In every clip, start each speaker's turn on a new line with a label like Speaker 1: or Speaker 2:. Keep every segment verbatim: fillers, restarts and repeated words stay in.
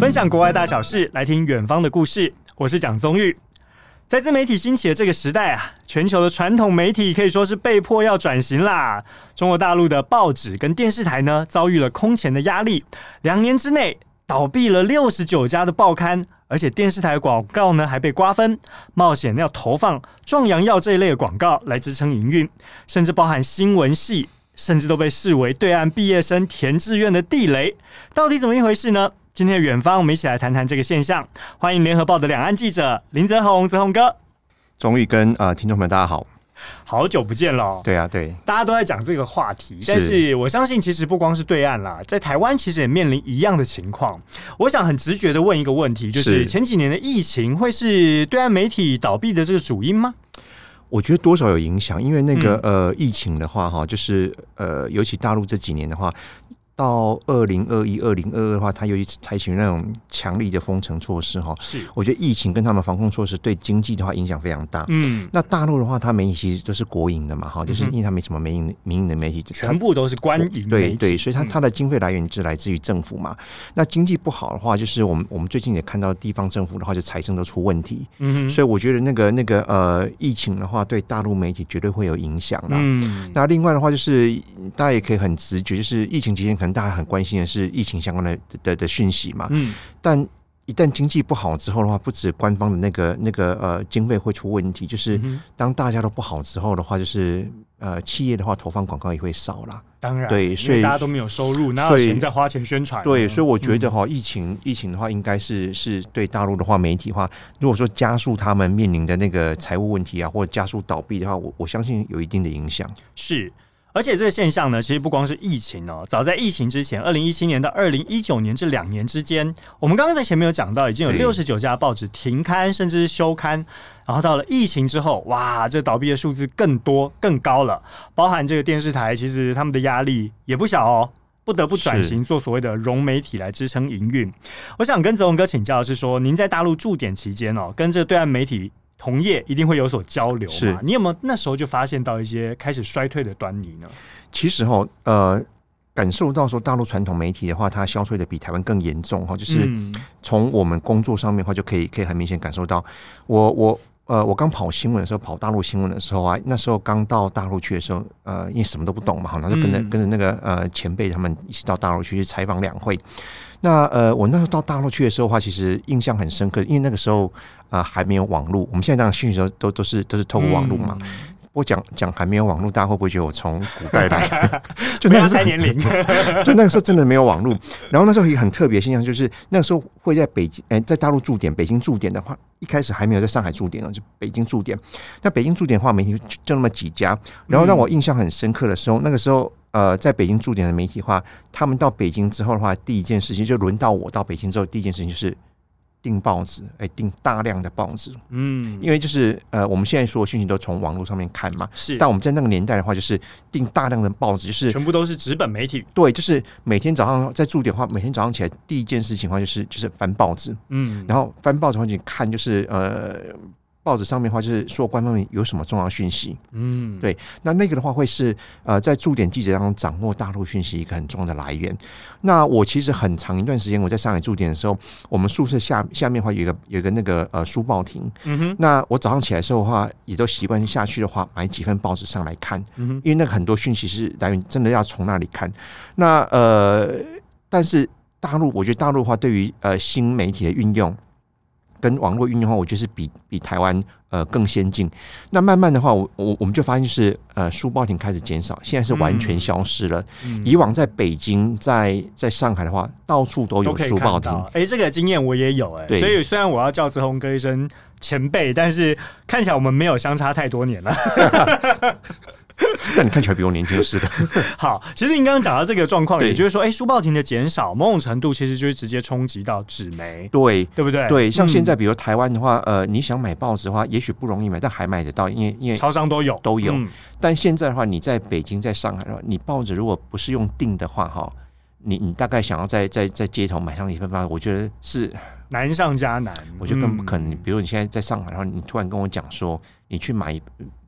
Speaker 1: 分享国外大小事，来听远方的故事。我是蒋宗玉。在自媒体兴起的这个时代啊，全球的传统媒体可以说是被迫要转型啦。中国大陆的报纸跟电视台呢，遭遇了空前的压力，两年之内倒闭了六十九家的报刊，而且电视台广告呢还被瓜分，冒险要投放壮阳药这一类的广告来支撑营运，甚至包含新闻系，甚至都被视为对岸毕业生填志愿的地雷。到底怎么一回事呢？今天的远方，我们一起来谈谈这个现象。欢迎联合报的两岸记者林泽宏，泽宏哥。
Speaker 2: 宗玉跟呃听众朋友大家好，
Speaker 1: 好久不见了。
Speaker 2: 对啊，对，
Speaker 1: 大家都在讲这个话题，但是我相信其实不光是对岸啦，在台湾其实也面临一样的情况。我想很直觉的问一个问题，就是前几年的疫情会是对岸媒体倒闭的这个主因吗？
Speaker 2: 我觉得多少有影响，因为那个、嗯、呃疫情的话哈，就是呃尤其大陆这几年的话。到二零二一、二零二二的话，它由于采取那种强力的封城措施哈，是我觉得疫情跟他们防控措施对经济的话影响非常大。嗯，那大陆的话，它媒体其实都是国营的嘛，哈，就是因为它没什么民营民营的媒体，
Speaker 1: 全部都是官营媒体。
Speaker 2: 对对，所以它它的经费来源就是来自于政府嘛。那经济不好的话，就是我们我们最近也看到地方政府的话，就财政都出问题。嗯，所以我觉得那个那个呃疫情的话，对大陆媒体绝对会有影响啦。嗯，那另外的话，就是大家也可以很直觉，就是疫情期间可能大家很关心的是疫情相关的的的讯息嘛，嗯，但一旦经济不好之后的话，不止官方的那个那个呃经费会出问题，就是当大家都不好之后的话，就是呃企业的话投放广告也会少啦。
Speaker 1: 当然，对，所以大家都没有收入，哪有钱再花钱宣传？
Speaker 2: 对，所以我觉得哈、嗯，疫情疫情的话，应该是是对大陆的话，媒体的话，如果说加速他们面临的那个财务问题啊，或者加速倒闭的话，我我相信有一定的影响。
Speaker 1: 是。而且这个现象呢，其实不光是疫情哦，早在疫情之前，二零一七年到二零一九年这两年之间，我们刚刚在前面有讲到，已经有六十九家报纸停刊，甚至是休刊。然后到了疫情之后，哇，这倒闭的数字更多、更高了。包含这个电视台，其实他们的压力也不小哦，不得不转型做所谓的融媒体来支撑营运。我想跟泽宏哥请教的是说，您在大陆驻点期间哦，跟这个对岸媒体同业一定会有所交流嘛？你有没有那时候就发现到一些开始衰退的端倪呢？
Speaker 2: 其实哈，呃，感受到说大陆传统媒体的话，它消退的比台湾更严重哈，就是从我们工作上面的话，就可以可以很明显感受到。我我呃，我刚跑新闻的时候，跑大陆新闻的时候啊，那时候刚到大陆去的时候，呃，因为什么都不懂嘛，然后就跟着、嗯、跟着那个呃前辈他们一起到大陆去去采访两会。那呃，我那时候到大陆去的时候的话，其实印象很深刻，因为那个时候啊、呃、还没有网络，我们现在当然讯息都都都是都是透过网络嘛。嗯，我讲讲还没有网络，大家会不会觉得我从古代来？
Speaker 1: 就那个猜年龄，
Speaker 2: 就那个时候真的没有网络。然后那时候一个很特别的现象，就是那个时候会在北京，哎、欸，在大陆驻点，北京驻点的话，一开始还没有在上海驻点哦，就北京驻点。那北京驻点的话，媒体就就那么几家。然后让我印象很深刻的时候，那个时候呃，在北京驻点的媒体的话，他们到北京之后的话，第一件事情就轮到我到北京之后，第一件事情就是订报纸，哎、欸，订大量的报纸，嗯，因为就是呃，我们现在所有讯息都从网络上面看嘛，是，但我们在那个年代的话，就是订大量的报纸，就是
Speaker 1: 全部都是纸本媒体，
Speaker 2: 对，就是每天早上在驻点的话，每天早上起来第一件事情的话，就是就是翻报纸，嗯，然后翻报纸的话，你看就是呃。报纸上面的话，就是说官方面有什么重要讯息，嗯，对，那那个的话会是呃，在驻点记者当中掌握大陆讯息一个很重要的来源。那我其实很长一段时间我在上海驻点的时候，我们宿舍下下面的话有一个有一个那个呃书报亭，嗯哼，那我早上起来的时候的话，也都习惯下去的话买几份报纸上来看，嗯哼，因为那个很多讯息是来源真的要从那里看。那呃，但是大陆，我觉得大陆的话对于呃新媒体的运用。跟网络运用的话，我觉得是比比台湾呃更先进。那慢慢的话，我我我们就发现就是呃书报亭开始减少，现在是完全消失了。嗯、以往在北京、在在上海的话，到处都有书报亭。
Speaker 1: 哎、欸，这个经验我也有哎、欸，所以虽然我要叫泽宏哥一声前辈，但是看起来我们没有相差太多年了。
Speaker 2: 但你看起来比我年轻就是的。
Speaker 1: 好，其实您刚刚讲到这个状况，也就是说，哎、欸，书报亭的减少，某种程度其实就是直接冲击到纸媒，
Speaker 2: 对，
Speaker 1: 对不对？
Speaker 2: 对，像现在比如台湾的话，呃，你想买报纸的话，也许不容易买，但还买得到，因为因为
Speaker 1: 超商都有
Speaker 2: 都有、嗯。但现在的话，你在北京、在上海的话，你报纸如果不是用订的话，哈，你你大概想要在在在街头买上一份报纸，我觉得是
Speaker 1: 难上加难。
Speaker 2: 我觉得更不可能。嗯、比如你现在在上海的话，你突然跟我讲说，你去买。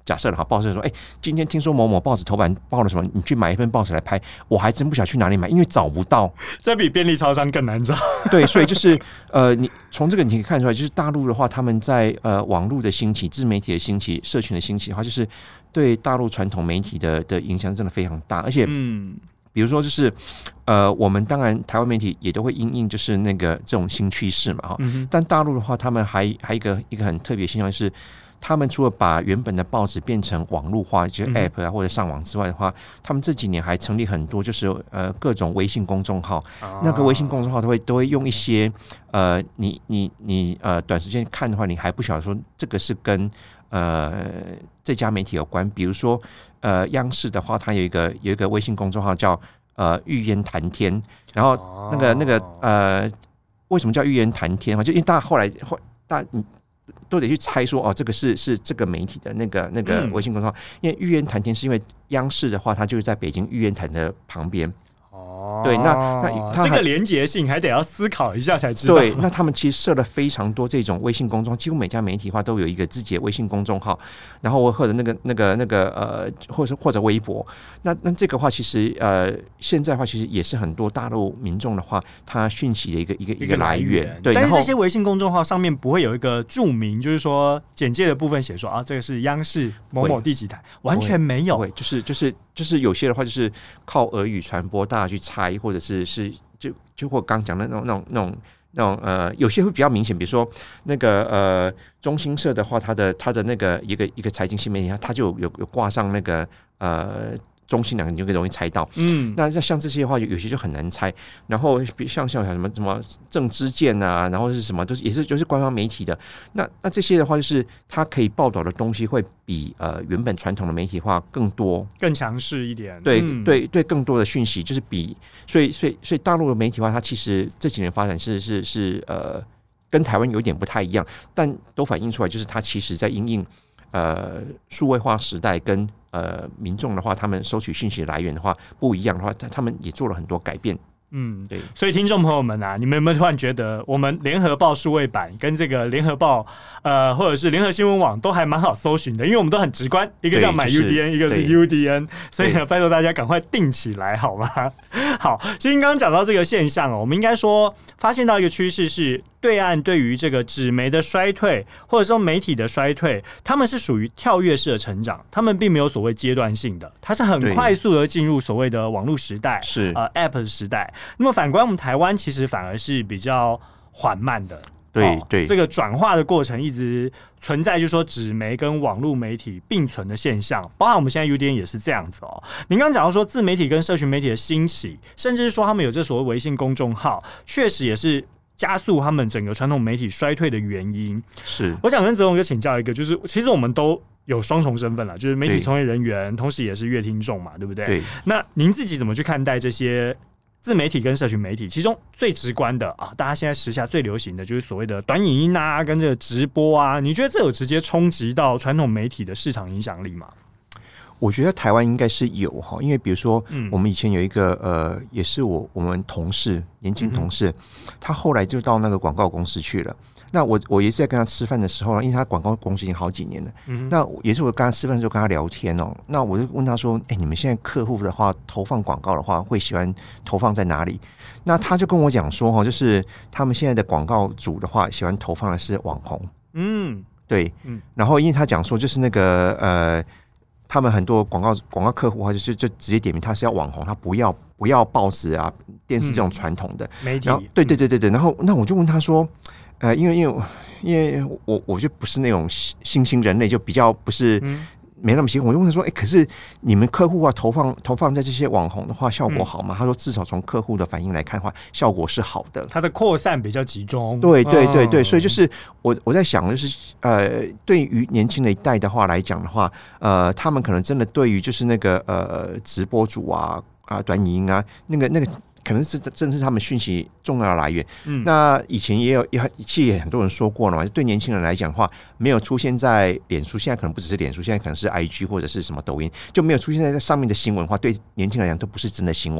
Speaker 2: 假设了哈，报社说，哎、欸，今天听说某某报纸头版报了什么，你去买一份报纸来拍，我还真不晓得去哪里买，因为找不到，
Speaker 1: 这比便利超商更难找。
Speaker 2: 对，所以就是呃，你从这个你可以看出来，就是大陆的话，他们在呃网络的兴起、自媒体的兴起、社群的兴起的话，就是对大陆传统媒体的的影响真的非常大，而且嗯。比如说，就是呃，我们当然台湾媒体也都会因应就是那个这种新趋势嘛哈、嗯，但大陆的话，他们还还一个一个很特别的现象是，他们除了把原本的报纸变成网络化，就是 App 啊或者上网之外的话，他们这几年还成立很多就是呃各种微信公众号，啊、那个微信公众号都会都会用一些呃你你你呃短时间看的话，你还不晓得说这个是跟呃这家媒体有关，比如说。呃，央视的话，它有一个有一个微信公众号叫呃“玉言谈天”，然后那个那个呃，为什么叫“玉言谈天”？就因为大家后来后大家都得去猜说，哦，这个是是这个媒体的那个那个微信公众号，嗯、因为“玉言谈天”是因为央视的话，它就是在北京玉渊潭的旁边。哦，对，那那
Speaker 1: 这个连结性还得要思考一下才知道。
Speaker 2: 对，那他们其实设了非常多这种微信公众号，几乎每家媒体的话都有一个自己的微信公众号，然后或者那个那个那个呃，或者或者微博。那那这个话其实呃，现在的话其实也是很多大陆民众的话，他讯息的一个一个一个来源。对，
Speaker 1: 但是这些微信公众号上面不会有一个注明，就是说简介的部分写说啊，这个是央视某某第几台，完全没有。
Speaker 2: 对，就是就是就是有些的话就是靠耳语传播，大家去猜，或者是是就就我刚讲的那种那种那种那种呃，有些会比较明显，比如说那个呃中新社的话，它的它的那个一个一个财经新媒体，它就有有挂上那个呃。中性两个你就更容易猜到，嗯，那像这些的话，有些就很难猜。然后像像什么什么政知见啊，然后是什么，都是也是就是官方媒体的。那那这些的话，就是它可以报道的东西会比呃原本传统的媒体化更多、
Speaker 1: 更强势一点。
Speaker 2: 对、嗯、对对，更多的讯息就是比，所以所以所以大陆的媒体化，它其实这几年发展是是是呃跟台湾有点不太一样，但都反映出来就是它其实在因应呃数位化时代跟。呃，民众的话，他们收取讯息的来源的话不一样的话，他们也做了很多改变。
Speaker 1: 嗯，对。所以听众朋友们啊，你们有没有突然觉得，我们联合报数位版跟这个联合报呃，或者是联合新闻网都还蛮好搜寻的，因为我们都很直观，一个叫买 U D N， 一个是 U D N， 所以呢，拜托大家赶快订起来，好吗？好，其实刚刚讲到这个现象哦，我们应该说发现到一个趋势是。对岸对于这个纸媒的衰退，或者说媒体的衰退，他们是属于跳跃式的成长，他们并没有所谓阶段性的，它是很快速的进入所谓的网络时代，
Speaker 2: 是
Speaker 1: 呃 App 的时代。那么反观我们台湾，其实反而是比较缓慢的。
Speaker 2: 对对、哦，
Speaker 1: 这个转化的过程一直存在，就是说纸媒跟网络媒体并存的现象，包含我们现在 U D N 也是这样子哦。您刚刚讲到说自媒体跟社群媒体的兴起，甚至是说他们有这所谓微信公众号，确实也是。加速他们整个传统媒体衰退的原因
Speaker 2: 是，
Speaker 1: 我想跟泽龙哥请教一个，就是其实我们都有双重身份了，就是媒体从业人员，同时也是乐听众嘛，对不对？
Speaker 2: 对。
Speaker 1: 那您自己怎么去看待这些自媒体跟社群媒体？其中最直观的啊，大家现在时下最流行的就是所谓的短影音啊，跟这个直播啊，你觉得这有直接冲击到传统媒体的市场影响力吗？
Speaker 2: 我觉得台湾应该是有哈，因为比如说，我们以前有一个呃，也是我我们同事年轻同事，他后来就到那个广告公司去了。那我我也是在跟他吃饭的时候，因为他广告公司已经好几年了，嗯、那也是我跟他吃饭的时候跟他聊天哦。那我就问他说：“哎、欸，你们现在客户的话，投放广告的话，会喜欢投放在哪里？”那他就跟我讲说：“哈，就是他们现在的广告主的话，喜欢投放的是网红。”嗯，对，嗯。然后因为他讲说，就是那个呃。他们很多广告广告客户，他就是就直接点名他是要网红，他不要不要报纸啊、电视这种传统的、嗯、
Speaker 1: 媒体。
Speaker 2: 对对对对对。然后那我就问他说，呃，因为因为因为我我就不是那种新兴人类，就比较不是。嗯没那么喜欢，我就问他说：“哎、欸，可是你们客户啊，投放投放在这些网红的话，效果好吗？”嗯、他说：“至少从客户的反应来看的话，效果是好的。
Speaker 1: 它的扩散比较集中。”
Speaker 2: 对对对对，哦、所以就是我我在想，就是呃，对于年轻的一代的话来讲的话，呃，他们可能真的对于就是那个呃直播主啊啊短影音啊，那个那个。可能是正是他们讯息重要的来源。嗯，那以前也有，其实也很多人说过了嘛。对年轻人来讲的话，没有出现在脸书，现在可能不只是脸书，现在可能是 I G 或者是什么抖音，就没有出现在上面的新闻的话，对年轻人来讲都不是真的新闻。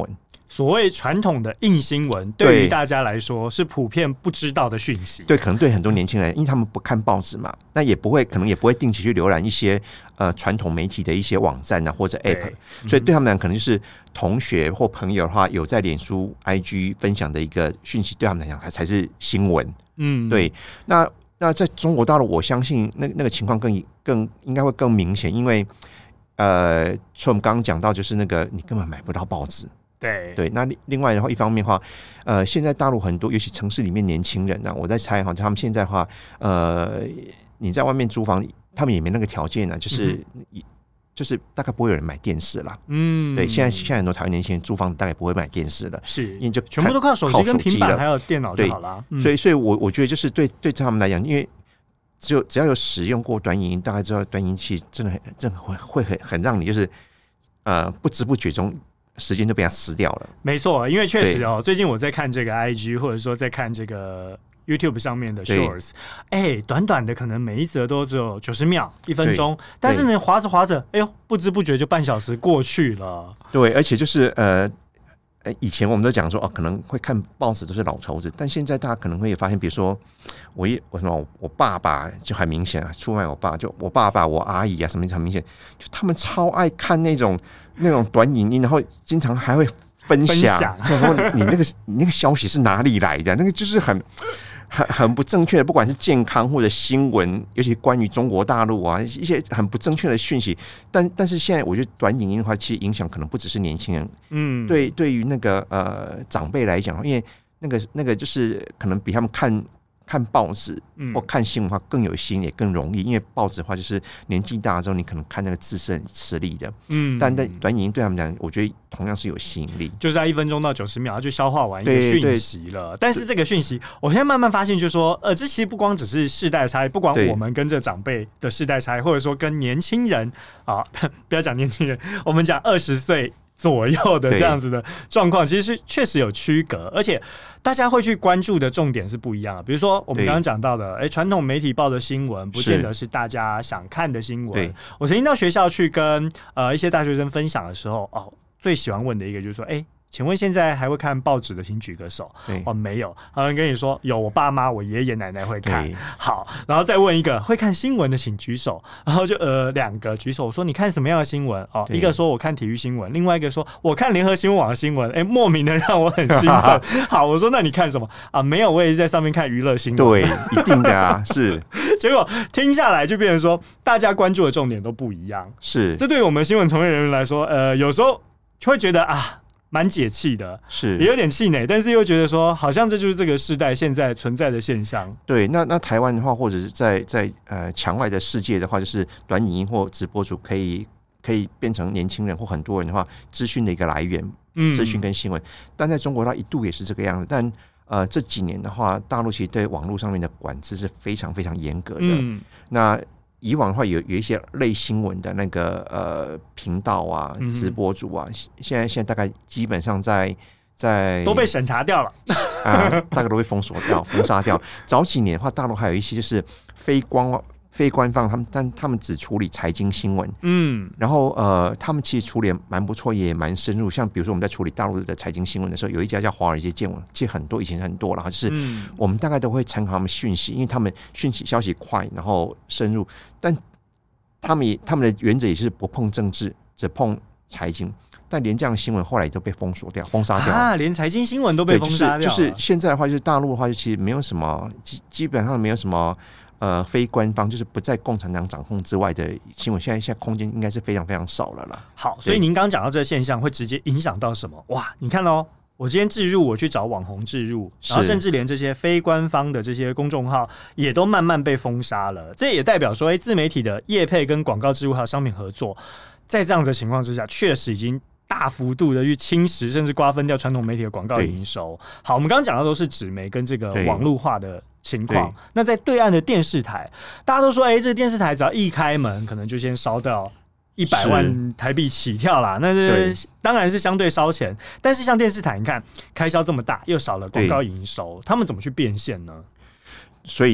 Speaker 1: 所谓传统的硬新闻，对于大家来说是普遍不知道的讯息。
Speaker 2: 对，可能对很多年轻人，因为他们不看报纸嘛，那也不会，可能也不会定期去浏览一些呃传统媒体的一些网站啊或者 App， 所以对他们来讲，可能就是同学或朋友的话，有在脸书、I G 分享的一个讯息，对他们来讲才才是新闻。嗯，对。那那在中国大陆，我相信那那个情况更更应该会更明显，因为呃，所以我们刚刚讲到，就是那个你根本买不到报纸。
Speaker 1: 对
Speaker 2: 对，那另外的话，一方面的话，呃，现在大陆很多，尤其城市里面年轻人呢、啊，我在猜哈，他们现在的话，呃，你在外面租房，他们也没那个条件呢、啊，就是、嗯、就是大概不会有人买电视啦。嗯，对，现在现在很多台湾年轻人租房大概不会买电视了，
Speaker 1: 是，
Speaker 2: 因为就
Speaker 1: 全部都靠手机跟平板还有电脑就好了。
Speaker 2: 嗯、所以，所以我我觉得就是对对他们来讲，因为只有只要有使用过短影音，大概知道短影音其实真的很真的会会很很让你就是呃不知不觉中。时间就被他吃掉了。
Speaker 1: 没错，因为确实哦，最近我在看这个 I G， 或者说在看这个 YouTube 上面的 Shorts， 哎、欸，短短的可能每一则都只有九十秒、一分钟，但是呢，滑着滑着，哎呦，不知不觉就半小时过去了。
Speaker 2: 对，而且就是呃。以前我们都讲说哦，可能会看报纸都是老头子，但现在大家可能会发现，比如说我一我什么我爸爸就很明显啊，出卖我爸，就我爸爸、我阿姨啊，什么很明显，就他们超爱看那种那种短影音，然后经常还会分享，就说你那个你那个消息是哪里来的？那个就是很。很很不正确的，不管是健康或者新闻，尤其关于中国大陆啊一些很不正确的讯息，但但是现在我觉得短影音的话，其实影响可能不只是年轻人，嗯，对，对于那个呃长辈来讲，因为那个那个就是可能比他们看看报纸或看新闻的话更有心也更容易，因为报纸的话就是年纪大之后，你可能看那个字是很吃力的，嗯，但在短影音对他们讲，我觉得同样是有吸引力，
Speaker 1: 就是在一分钟到九十秒就消化完一个讯息了。但是这个讯息，我现在慢慢发现，就是说，呃，这其实不光只是世代差异，不管我们跟这长辈的世代差异，或者说跟年轻人啊，不要讲年轻人，我们讲二十岁。左右的这样子的状况，其实是确实有区隔，而且大家会去关注的重点是不一样的。比如说我们刚刚讲到的，哎，传统媒体报的新闻，不见得是大家想看的新闻。我曾经到学校去跟呃一些大学生分享的时候，哦，最喜欢问的一个就是说，哎。请问现在还会看报纸的，请举个手。哦，没有。有人跟你说有，我爸妈、我爷爷奶奶会看。好，然后再问一个会看新闻的，请举手。然后就呃两个举手，我说你看什么样的新闻？哦，一个说我看体育新闻，另外一个说我看联合新闻网的新闻。哎，莫名的让我很兴奋。好，我说那你看什么啊？没有，我也是在上面看娱乐新闻。
Speaker 2: 对，一定的啊，是。
Speaker 1: 结果听下来就变成说，大家关注的重点都不一样。
Speaker 2: 是，
Speaker 1: 这对于我们新闻从业人员来说，呃，有时候会觉得啊。蛮解气的，
Speaker 2: 是
Speaker 1: 也有点气馁，但是又觉得说，好像这就是这个时代现在存在的现象。
Speaker 2: 对，那那台湾的话，或者是在在呃墙外的世界的话，就是短影音或直播主可以可以变成年轻人或很多人的话，资讯的一个来源，嗯，资讯跟新闻。但在中国它一度也是这个样子，但呃这几年的话，大陆其实对网络上面的管制是非常非常严格的。嗯，那。以往的话有有一些类新闻的那个呃频道啊、直播主啊，现在现在大概基本上在在
Speaker 1: 都被审查掉了
Speaker 2: 啊，大概都被封锁掉、封杀掉。早几年的话，大陆还有一些就是非官非官方，他们但他们只处理财经新闻，嗯，然后呃，他们其实处理蛮不错，也蛮深入。像比如说我们在处理大陆的财经新闻的时候，有一家叫华尔街见闻，其实很多以前很多了，就是我们大概都会参考他们讯息，因为他们讯息消息快，然后深入，但他们也他们的原则也是不碰政治，只碰财经。但连这样的新闻后来都被封锁掉、封杀掉
Speaker 1: 啊！连财经新闻都被封杀掉、
Speaker 2: 就是。就是现在的话，就是大陆的话，其实没有什么基基本上没有什么。呃，非官方就是不在共产党掌控之外的新闻，现在现在空间应该是非常非常少了啦。
Speaker 1: 好，所以您刚刚讲到这个现象，会直接影响到什么？哇，你看哦，我今天置入，我去找网红置入，然后甚至连这些非官方的这些公众号也都慢慢被封杀了。这也代表说，哎，自媒体的业配跟广告置入还有商品合作，在这样的情况之下，确实已经。大幅度的去侵蚀甚至瓜分掉传统媒体的广告营收。好，我们刚刚讲的都是纸媒跟这个网络化的情况。那在对岸的电视台，大家都说，哎、欸，这个电视台只要一开门，可能就先烧掉一百万台币起跳啦。那这当然是相对烧钱，但是像电视台，你看开销这么大，又少了广告营收，他们怎么去变现呢？
Speaker 2: 所以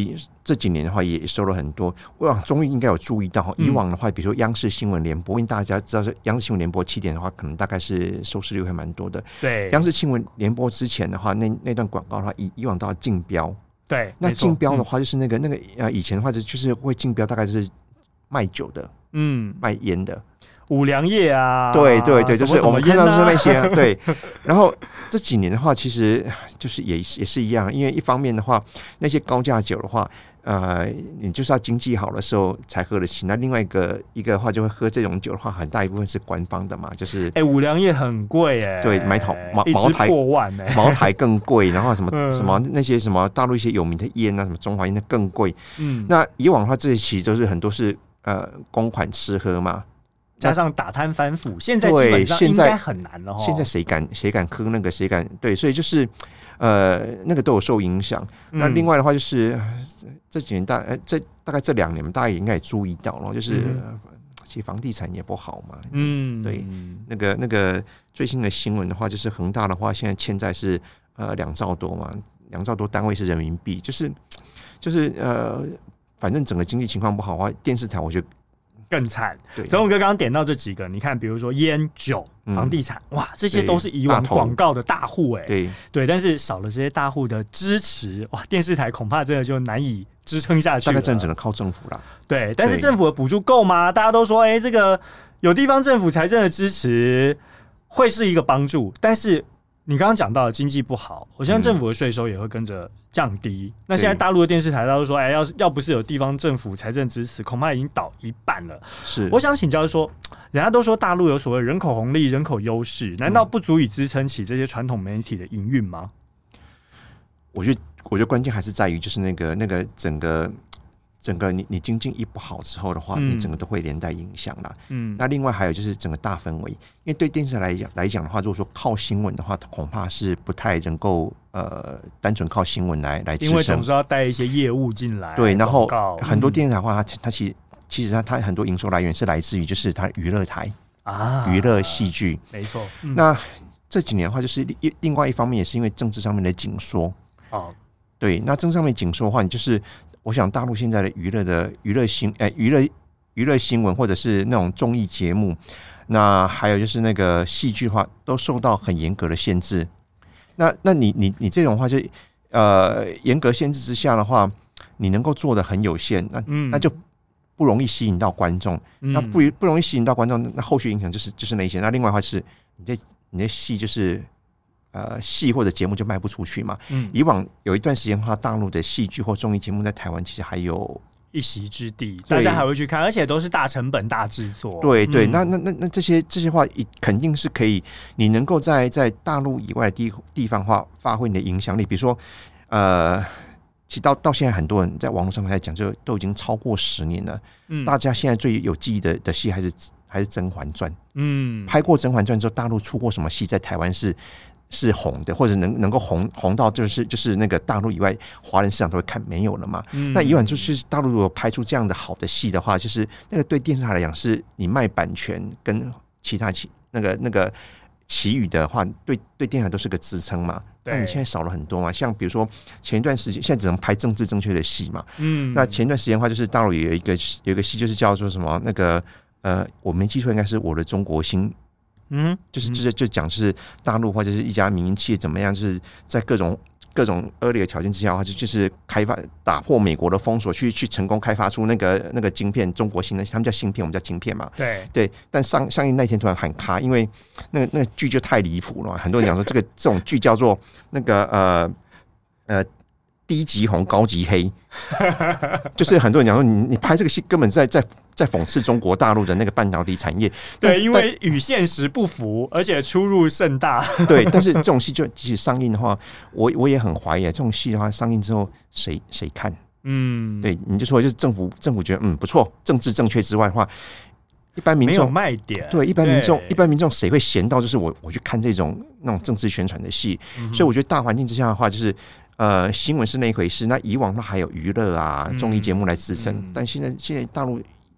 Speaker 2: 这几年的话也收了很多。我想终于应该有注意到，以往的话，比如说央视新闻联播，因为大家知道是央视新闻联播七点的话，可能大概是收视率会蛮多的。
Speaker 1: 对，
Speaker 2: 央视新闻联播之前的话，那那段广告的话，以以往都要竞标。
Speaker 1: 对，
Speaker 2: 那竞标的话，就是那个、嗯、那个呃，以前的话就是会竞标，大概就是卖酒的，嗯，卖烟的。
Speaker 1: 五粮液啊，
Speaker 2: 对对对，就是我们看到就是那些、啊、对。然后这几年的话，其实就是也也是一样，因为一方面的话，那些高价酒的话，呃，你就是要经济好的时候才喝得起。那另外一个一个的话，就会喝这种酒的话，很大一部分是官方的嘛，就是
Speaker 1: 哎、欸，五粮液很贵哎、欸，
Speaker 2: 对，买桃茅茅台
Speaker 1: 破万哎、欸，
Speaker 2: 茅台更贵，然后什么、嗯、什么那些什么大陆一些有名的烟啊，什么中华烟那更贵。嗯，那以往的话，这些其实都是很多是呃公款吃喝嘛。
Speaker 1: 加上打贪反腐，现在基本上应该很难了。
Speaker 2: 现在谁敢谁敢喝那个谁敢对，所以就是呃那个都有受影响。嗯、那另外的话就是这几年大这大概这两年大家也应该也注意到了，就是、嗯呃、其实房地产也不好嘛。嗯，对，那个那个最新的新闻的话，就是恒大的话现在欠债是呃两兆多嘛，两兆多单位是人民币，就是就是呃反正整个经济情况不好的话，电视台我觉得。
Speaker 1: 更惨。曾宏哥刚刚点到这几个，你看，比如说烟酒、房地产，嗯、哇，这些都是以往广告的大户哎、欸，
Speaker 2: 对
Speaker 1: 对，但是少了这些大户的支持，哇，电视台恐怕真的就难以支撑下去了。
Speaker 2: 大概真的只能靠政府啦。
Speaker 1: 对，但是政府的补助够吗？大家都说，哎、欸，这个有地方政府财政的支持会是一个帮助，但是你刚刚讲到的经济不好，我相信政府的税收也会跟着降低。嗯、那现在大陆的电视台，他都说，哎、欸，要要不是有地方政府财政支持，恐怕已经倒一半了。
Speaker 2: 是，
Speaker 1: 我想请教说，人家都说大陆有所谓人口红利、人口优势，难道不足以支撑起这些传统媒体的营运吗？
Speaker 2: 我觉得，我觉得关键还是在于，就是那个那个整个。整个你你经济一不好之后的话，嗯、你整个都会连带影响啦。嗯，那另外还有就是整个大氛围，因为对电视台来讲来讲的话，如果说靠新闻的话，恐怕是不太能够呃单纯靠新闻来来支撑，
Speaker 1: 因为总是要带一些业务进来。
Speaker 2: 对，然后很多电视台的话，它它其实其实它它很多营收来源是来自于就是它娱乐台啊，娱乐戏剧，
Speaker 1: 没错。嗯、
Speaker 2: 那这几年的话，就是另外一方面也是因为政治上面的紧缩哦。对，那政治上面紧缩的话，你就是。我想大陆现在的娱乐的娱乐新呃娱乐娱乐新闻或者是那种综艺节目，那还有就是那个戏剧的话，都受到很严格的限制。那那你你你这种话就呃严格限制之下的话，你能够做的很有限，那、嗯、那就不容易吸引到观众。嗯、那不不容易吸引到观众，那后续影响就是就是那些。那另外的话是你这你的戏就是。呃，戏或者节目就卖不出去嘛。嗯，以往有一段时间的话，大陆的戏剧或综艺节目在台湾其实还有
Speaker 1: 一席之地，大家还会去看，而且都是大成本、大制作。
Speaker 2: 对对，嗯、那那那那这些这些话，肯定是可以，你能够在在大陆以外的地地方话发挥你的影响力。比如说，呃，其实到到现在，很多人在网络上面来讲，就都已经超过十年了。嗯，大家现在最有记忆的的戏还是还是《甄嬛传》。嗯，拍过《甄嬛传》之后，大陆出过什么戏在台湾是？是红的，或者能能够红红到就是就是那个大陆以外华人市场都会看没有了嘛？嗯、那以往就是大陆如果拍出这样的好的戏的话，就是那个对电视台来讲，是你卖版权跟其他其那个那个其余的话，对对电视台都是个支撑嘛。那你现在少了很多嘛？像比如说前一段时间，现在只能拍政治正确的戏嘛。嗯，那前一段时间的话，就是大陆有一个有一个戏，就是叫做什么那个呃，我没记错，应该是我的中国心。嗯，就是就是就讲是大陆或者是一家民营企业怎么样，就是在各种各种恶劣的条件之下的话，就就是开发打破美国的封锁，去去成功开发出那个那个晶片，中国芯的，他们叫芯片，我们叫晶片嘛。
Speaker 1: 对
Speaker 2: 对，但上上映那天突然喊卡，因为那个那个剧就太离谱了，很多人讲说这个这种剧叫做那个呃呃。低级红高级黑，就是很多人讲说你你拍这个戏根本在在在讽刺中国大陆的那个半导体产业。
Speaker 1: 对，因为与现实不符，而且出入甚大。
Speaker 2: 对，但是这种戏就即使上映的话，我我也很怀疑，这种戏的话上映之后谁谁看？嗯，对，你就说就是政府政府觉得嗯不错，政治正确之外的话，一般民众
Speaker 1: 没有卖点。
Speaker 2: 对，一般民众一般民众谁会闲到就是我我去看这种那种政治宣传的戏？嗯、所以我觉得大环境之下的话，就是。呃，新闻是那一回事，那以往那还有娱乐啊、综艺节目来支撑，嗯、但现在现在大陆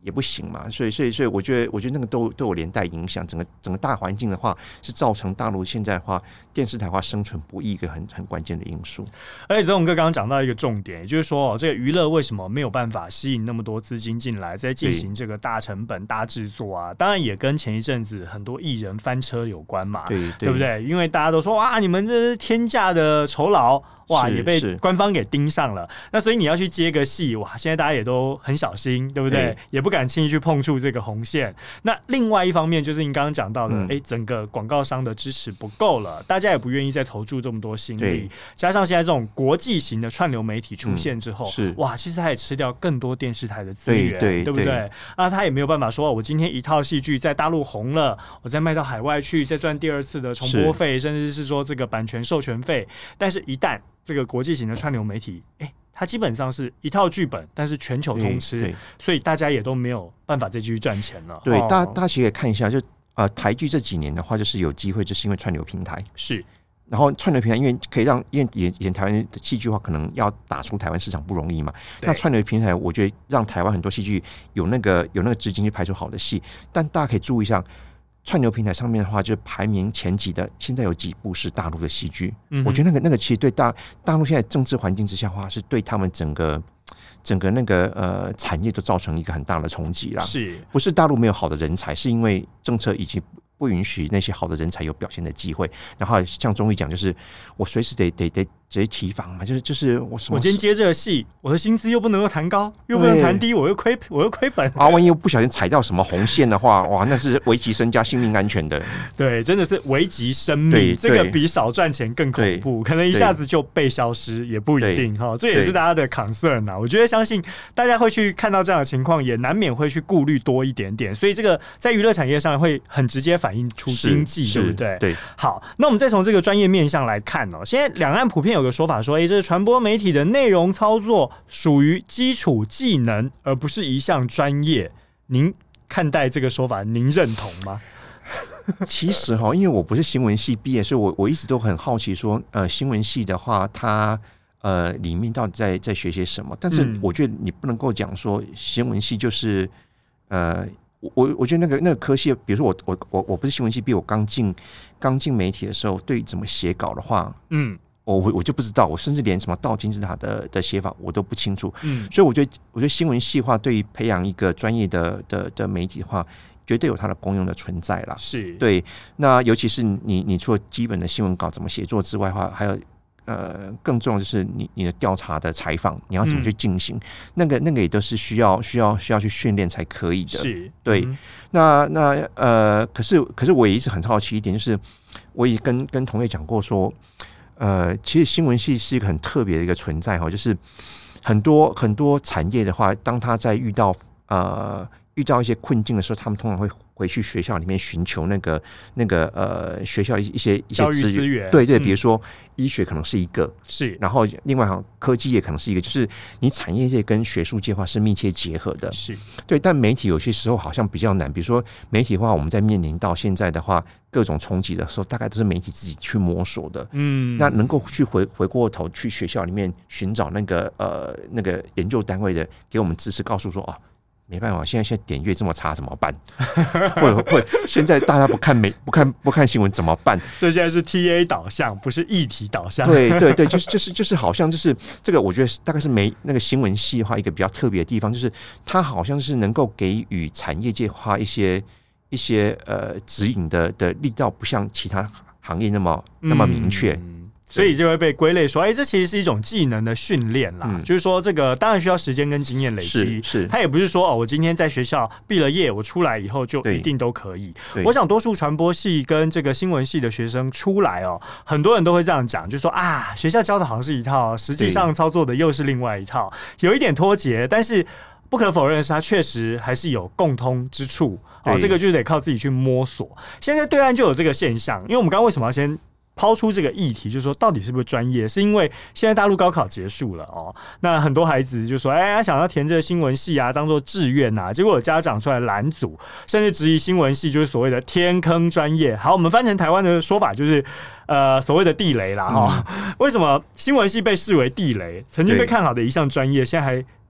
Speaker 2: 也不行嘛，所以所以所以我觉得我觉得那个都都有连带影响，整个整个大环境的话，是造成大陆现在的话电视台的话生存不易一个很很关键的因素。
Speaker 1: 而且泽龙哥刚刚讲到一个重点，也就是说、哦、这个娱乐为什么没有办法吸引那么多资金进来，在进行这个大成本大制作啊？当然也跟前一阵子很多艺人翻车有关嘛，对 对, 对不对？因为大家都说哇，你们这是天价的酬劳。哇，也被官方给盯上了。那所以你要去接个戏，哇，现在大家也都很小心，对不对？也不敢轻易去碰触这个红线。那另外一方面就是你刚刚讲到的，哎、嗯，整个广告商的支持不够了，大家也不愿意再投注这么多心力。加上现在这种国际型的串流媒体出现之后，嗯、是哇，其实它也吃掉更多电视台的资源， 对, 对, 对不对？啊，他也没有办法说，我今天一套戏剧在大陆红了，我再卖到海外去，再赚第二次的重播费，甚至是说这个版权授权费。但是，一旦这个国际型的串流媒体，哎，它基本上是一套剧本，但是全球通吃，所以大家也都没有办法再继续赚钱了。
Speaker 2: 对，
Speaker 1: 哦、
Speaker 2: 大家大家其实也看一下，就呃台剧这几年的话，就是有机会，就是因为串流平台
Speaker 1: 是，
Speaker 2: 然后串流平台因为可以让因为演演台湾的戏剧的话，可能要打出台湾市场不容易嘛。那串流平台，我觉得让台湾很多戏剧有那个有那个资金去拍出好的戏，但大家可以注意一下。串流平台上面的话，就是排名前几的，现在有几部是大陆的戏剧、嗯。我觉得那个那个其实对大大陆现在政治环境之下的话，是对他们整个整个那个呃产业都造成一个很大的冲击啦。是，不是大陆没有好的人才，是因为政策已经不允许那些好的人才有表现的机会。然后像中医讲，就是我随时得得得直接提防嘛，就是就是我什么，
Speaker 1: 我今天接这个戏，我的薪资又不能够谈高，又不能谈低，我又亏，我又亏本
Speaker 2: 啊！万一又不小心踩到什么红线的话，哇，那是危及身家性命安全的。
Speaker 1: 对，真的是危及生命，这个比少赚钱更恐怖，可能一下子就被消失也不一定哈。这也是大家的 concern 啊。我觉得相信大家会去看到这样的情况，也难免会去顾虑多一点点，所以这个在娱乐产业上会很直接反映出经济，对不对？
Speaker 2: 对。
Speaker 1: 好，那我们再从这个专业面向来看哦，现在两岸普遍有个说法说，哎、欸，这个传播媒体的内容操作属于基础技能，而不是一项专业。您看待这个说法，您认同吗？
Speaker 2: 其实哈，因为我不是新闻系毕业，所以我我一直都很好奇说，呃，新闻系的话，它呃里面到底在在学些什么？但是我觉得你不能够讲说新闻系就是呃。我我觉得那个那个科系，比如说我我我我不是新闻系毕业，我刚进刚进媒体的时候，对怎么写稿的话，嗯，我我就不知道，我甚至连什么倒金字塔的的写法我都不清楚，嗯，所以我觉得我觉得新闻系的话，对于培养一个专业的的的媒体的话，绝对有它的功用的存在啦。是对，那尤其是你你除了基本的新闻稿怎么写作之外的话，还有。呃，更重要就是你你的调查的采访，你要怎么去进行？嗯、那个那个也都是需要需要需要去训练才可以的。是，对。嗯、那那呃，可是可是我也一直很好奇一点，就是我也跟跟同业讲过说，呃，其实新闻系是一个很特别的一个存在哈，就是很多很多产业的话，当他在遇到呃遇到一些困境的时候，他们通常会回去学校里面寻求那个那个呃学校一些一些资 源, 源，对对，比如说医学可能是一个，是，然后另外科技业可能是一个，就是你产业界跟学术界的话是密切结合的，是对。但媒体有些时候好像比较难，比如说媒体的话，我们在面临到现在的话各种冲击的时候，大概都是媒体自己去摸索的，嗯，那能够去回回过头去学校里面寻找那个呃那个研究单位的给我们支持，告诉说啊。没办法，现在现在点阅这么差怎么办？会会现在大家不看媒不看不看新闻怎么办？
Speaker 1: 这现在是 T A 导向，不是议题导向。
Speaker 2: 对对对，就是就是就是好像就是这个，我觉得大概是媒那个新闻系的话，一个比较特别的地方，就是它好像是能够给予产业界花一些一些呃指引的的力道，不像其他行业那么那么明确。嗯
Speaker 1: 所以就会被归类说，哎、欸，这其实是一种技能的训练啦、嗯。就是说，这个当然需要时间跟经验累积，是它也不是说哦，我今天在学校毕了业，我出来以后就一定都可以。我想，多数传播系跟这个新闻系的学生出来哦，很多人都会这样讲，就说啊，学校教的好像是一套，实际上操作的又是另外一套，有一点脱节，但是。不可否认的是，它确实还是有共通之处。哦，这个就得靠自己去摸索。现在对岸就有这个现象，因为我们刚刚为什么要先抛出这个议题，就是说到底是不是专业？是因为现在大陆高考结束了哦，那很多孩子就说，哎，他想要填这个新闻系啊，当做志愿啊，结果有家长出来拦阻，甚至质疑新闻系就是所谓的天坑专业。好，我们翻成台湾的说法就是。呃，所谓的地雷啦，哈、嗯，为什么新闻系被视为地雷？曾经被看好的一项专业，现在还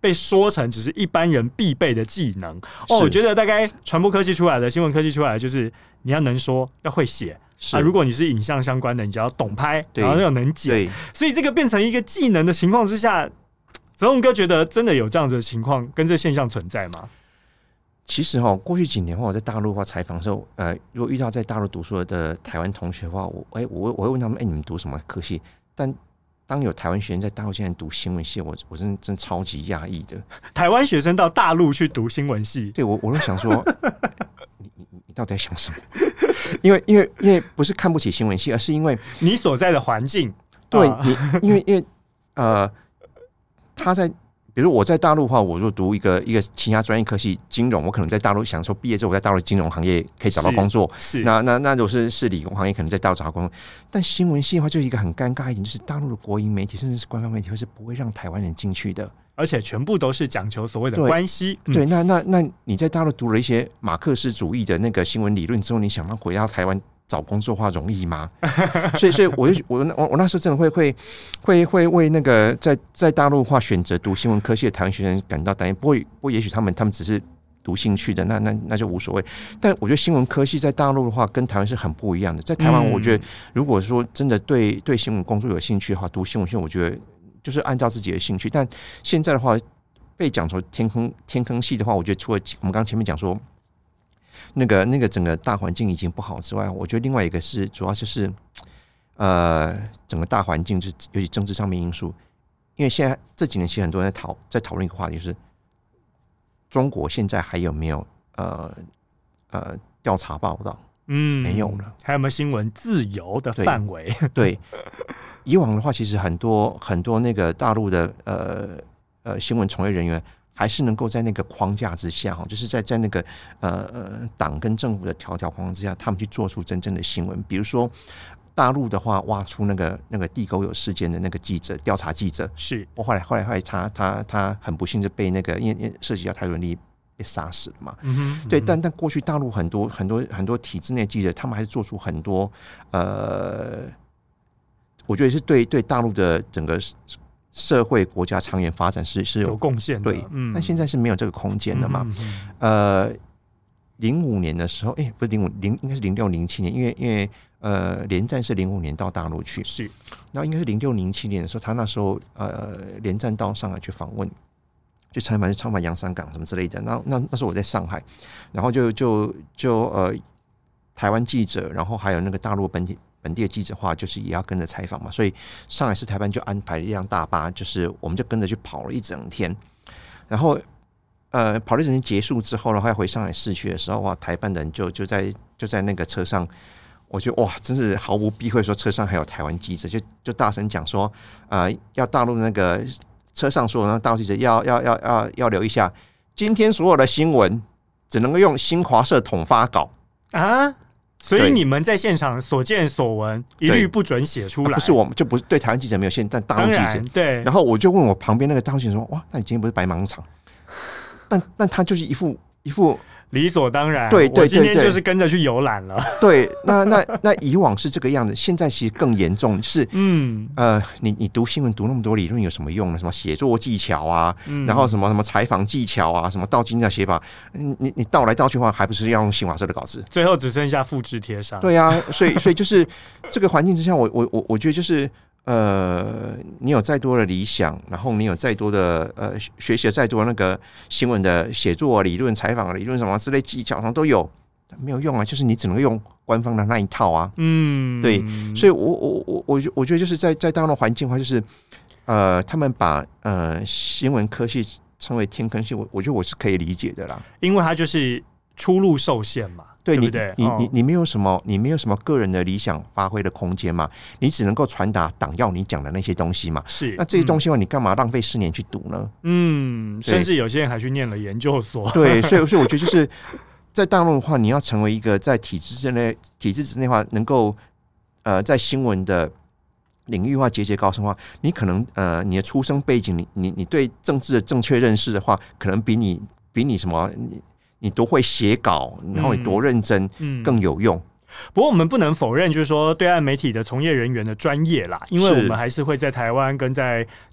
Speaker 1: 被说成只是一般人必备的技能。哦，我觉得大概传播科技出来的、新闻科技出来的，就是你要能说，要会写。啊，如果你是影像相关的，你就要懂拍，然后要能剪。所以这个变成一个技能的情况之下，泽龙哥觉得真的有这样子的情况跟这现象存在吗？
Speaker 2: 其实哈、哦，过去几年我在大陆的话采访的时候，呃，如果遇到在大陆读书的台湾同学的话，我哎、欸，我我会问他们，哎、欸，你们读什么科系？但当有台湾学生在大陆现在读新闻系，我我真真超级讶异的。
Speaker 1: 台湾学生到大陆去读新闻系，
Speaker 2: 对我我都想说，你你你到底在想什么？因为因为因为不是看不起新闻系，而是因为
Speaker 1: 你所在的环境。
Speaker 2: 对，啊、你因为因为呃，他在。比如我在大陆的话，我就读一个一个其他专业科系金融，我可能在大陆想说毕业之后我在大陆金融行业可以找到工作。
Speaker 1: 是，是
Speaker 2: 那那那如果是是理工行业，可能在大陆找到工作。但新闻系的话，就一个很尴尬一点，就是大陆的国营媒体甚至是官方媒体，会是不会让台湾人进去的，
Speaker 1: 而且全部都是讲求所谓的关系。
Speaker 2: 对，嗯、对那那那你在大陆读了一些马克思主义的那个新闻理论之后，你想要回到台湾找工作的话容易吗？所以，所以我就我我我那时候真的会会会会为那个在在大陆的话选择读新闻科系的台湾学生感到担忧。不过，不过也许他们他们只是读兴趣的，那那那就无所谓。但我觉得新闻科系在大陆的话跟台湾是很不一样的。在台湾，我觉得如果说真的对对新闻工作有兴趣的话，读新闻系，我觉得就是按照自己的兴趣。但现在的话，被讲成天坑天坑系的话，我觉得除了我们刚刚前面讲说。那个那个整个大环境已经不好之外，我觉得另外一个是主要就是呃整个大环境就是尤其政治上面因素，因为现在这几年其实很多人在讨在讨论一个话题，就是中国现在还有没有呃呃调查报道？嗯，没有了。
Speaker 1: 还有没有新闻自由的范围？
Speaker 2: 对，对以往的话，其实很多很多那个大陆的呃呃新闻从业人员。还是能够在那个框架之下，就是在在那个呃呃党跟政府的条条框框之下，他们去做出真正的新闻。比如说大陆的话，挖出那个那个地沟油事件的那个记者调查记者，
Speaker 1: 是
Speaker 2: 我后来后来后来他他他很不幸就被那个因为涉及到台独力被杀死了嘛。嗯哼，对，但但过去大陆很多很多很多体制内记者，他们还是做出很多呃，我觉得是对对大陆的整个。社会国家长远发展是是
Speaker 1: 有贡献的，
Speaker 2: 对，嗯，但现在是没有这个空间的嘛。嗯嗯嗯呃，零五年的时候，哎、欸，不是零五零，应该是零六零七年，因为因为呃，连战是零五年到大陆去，
Speaker 1: 是，
Speaker 2: 然后应该是零六零七年的时候，他那时候呃，连战到上海去访问，就参访参访洋山港什么之类的。那那那时候我在上海，然后就就就呃，台湾记者，然后还有那个大陆本地。本地的记者话就是也要跟着采访嘛，所以上海市台办就安排了一辆大巴，就是我们就跟着去跑了一整天，然后呃跑了一整天结束之后，然后要回上海市区的时候，哇，台办的人就就在就在那个车上，我觉得哇，真是毫无避讳说车上还有台湾记者，就就大声讲说，呃，要大陆那个车上所有的大陆记者要要要要要留意一下，今天所有的新闻只能够用新华社统发稿
Speaker 1: 啊。所以你们在现场所见所闻一律不准写出来、
Speaker 2: 啊、不是我们就不是对台湾记者没有限，但大陆记者
Speaker 1: 对。
Speaker 2: 然后我就问我旁边那个大陆记者说：“哇，那你今天不是白忙一场？”但但他就是一副一副
Speaker 1: 理所当然，
Speaker 2: 对 对, 对, 对，
Speaker 1: 我今天就是跟着去游览了。
Speaker 2: 对，那那那以往是这个样子，现在其实更严重，是嗯呃，你你读新闻读那么多理论有什么用呢？什么写作技巧啊，嗯、然后什么什么采访技巧啊，什么倒金的写法，你你倒来倒去的话，还不是要用新华社的稿子？
Speaker 1: 最后只剩下复制贴上。
Speaker 2: 对啊，所以所以就是这个环境之下，我我我我觉得就是。呃，你有再多的理想，然后你有再多的呃学习了再多那个新闻的写作理论、采访理论什么之类技巧上都有，没有用啊！就是你只能用官方的那一套啊。嗯，对，所以我我我我我觉得就是在在大陆的环境的话，就是呃，他们把呃新闻科系称为天坑系，我我觉得我是可以理解的啦，
Speaker 1: 因为它就是出路受限嘛。
Speaker 2: 对，
Speaker 1: 对不对？
Speaker 2: 你你你你没有什么，你没有什么个人的理想发挥的空间嘛？你只能够传达党要你讲的那些东西嘛。
Speaker 1: 是，
Speaker 2: 那这些东西的话，你干嘛浪费四年去读呢？
Speaker 1: 嗯，甚至有些人还去念了研究所。
Speaker 2: 对，所以所以我觉得就是在大陆的话，你要成为一个在体制之内、体制之内的话，能够呃在新闻的领域化节节高升的话，你可能呃你的出生背景，你你你对政治的正确认识的话，可能比你比你什么你。你多会写稿，然后你多认真，嗯，更有用。
Speaker 1: 不过我们不能否认，就是说对岸媒体的从业人员的专业啦，因为我们还是会在台湾跟在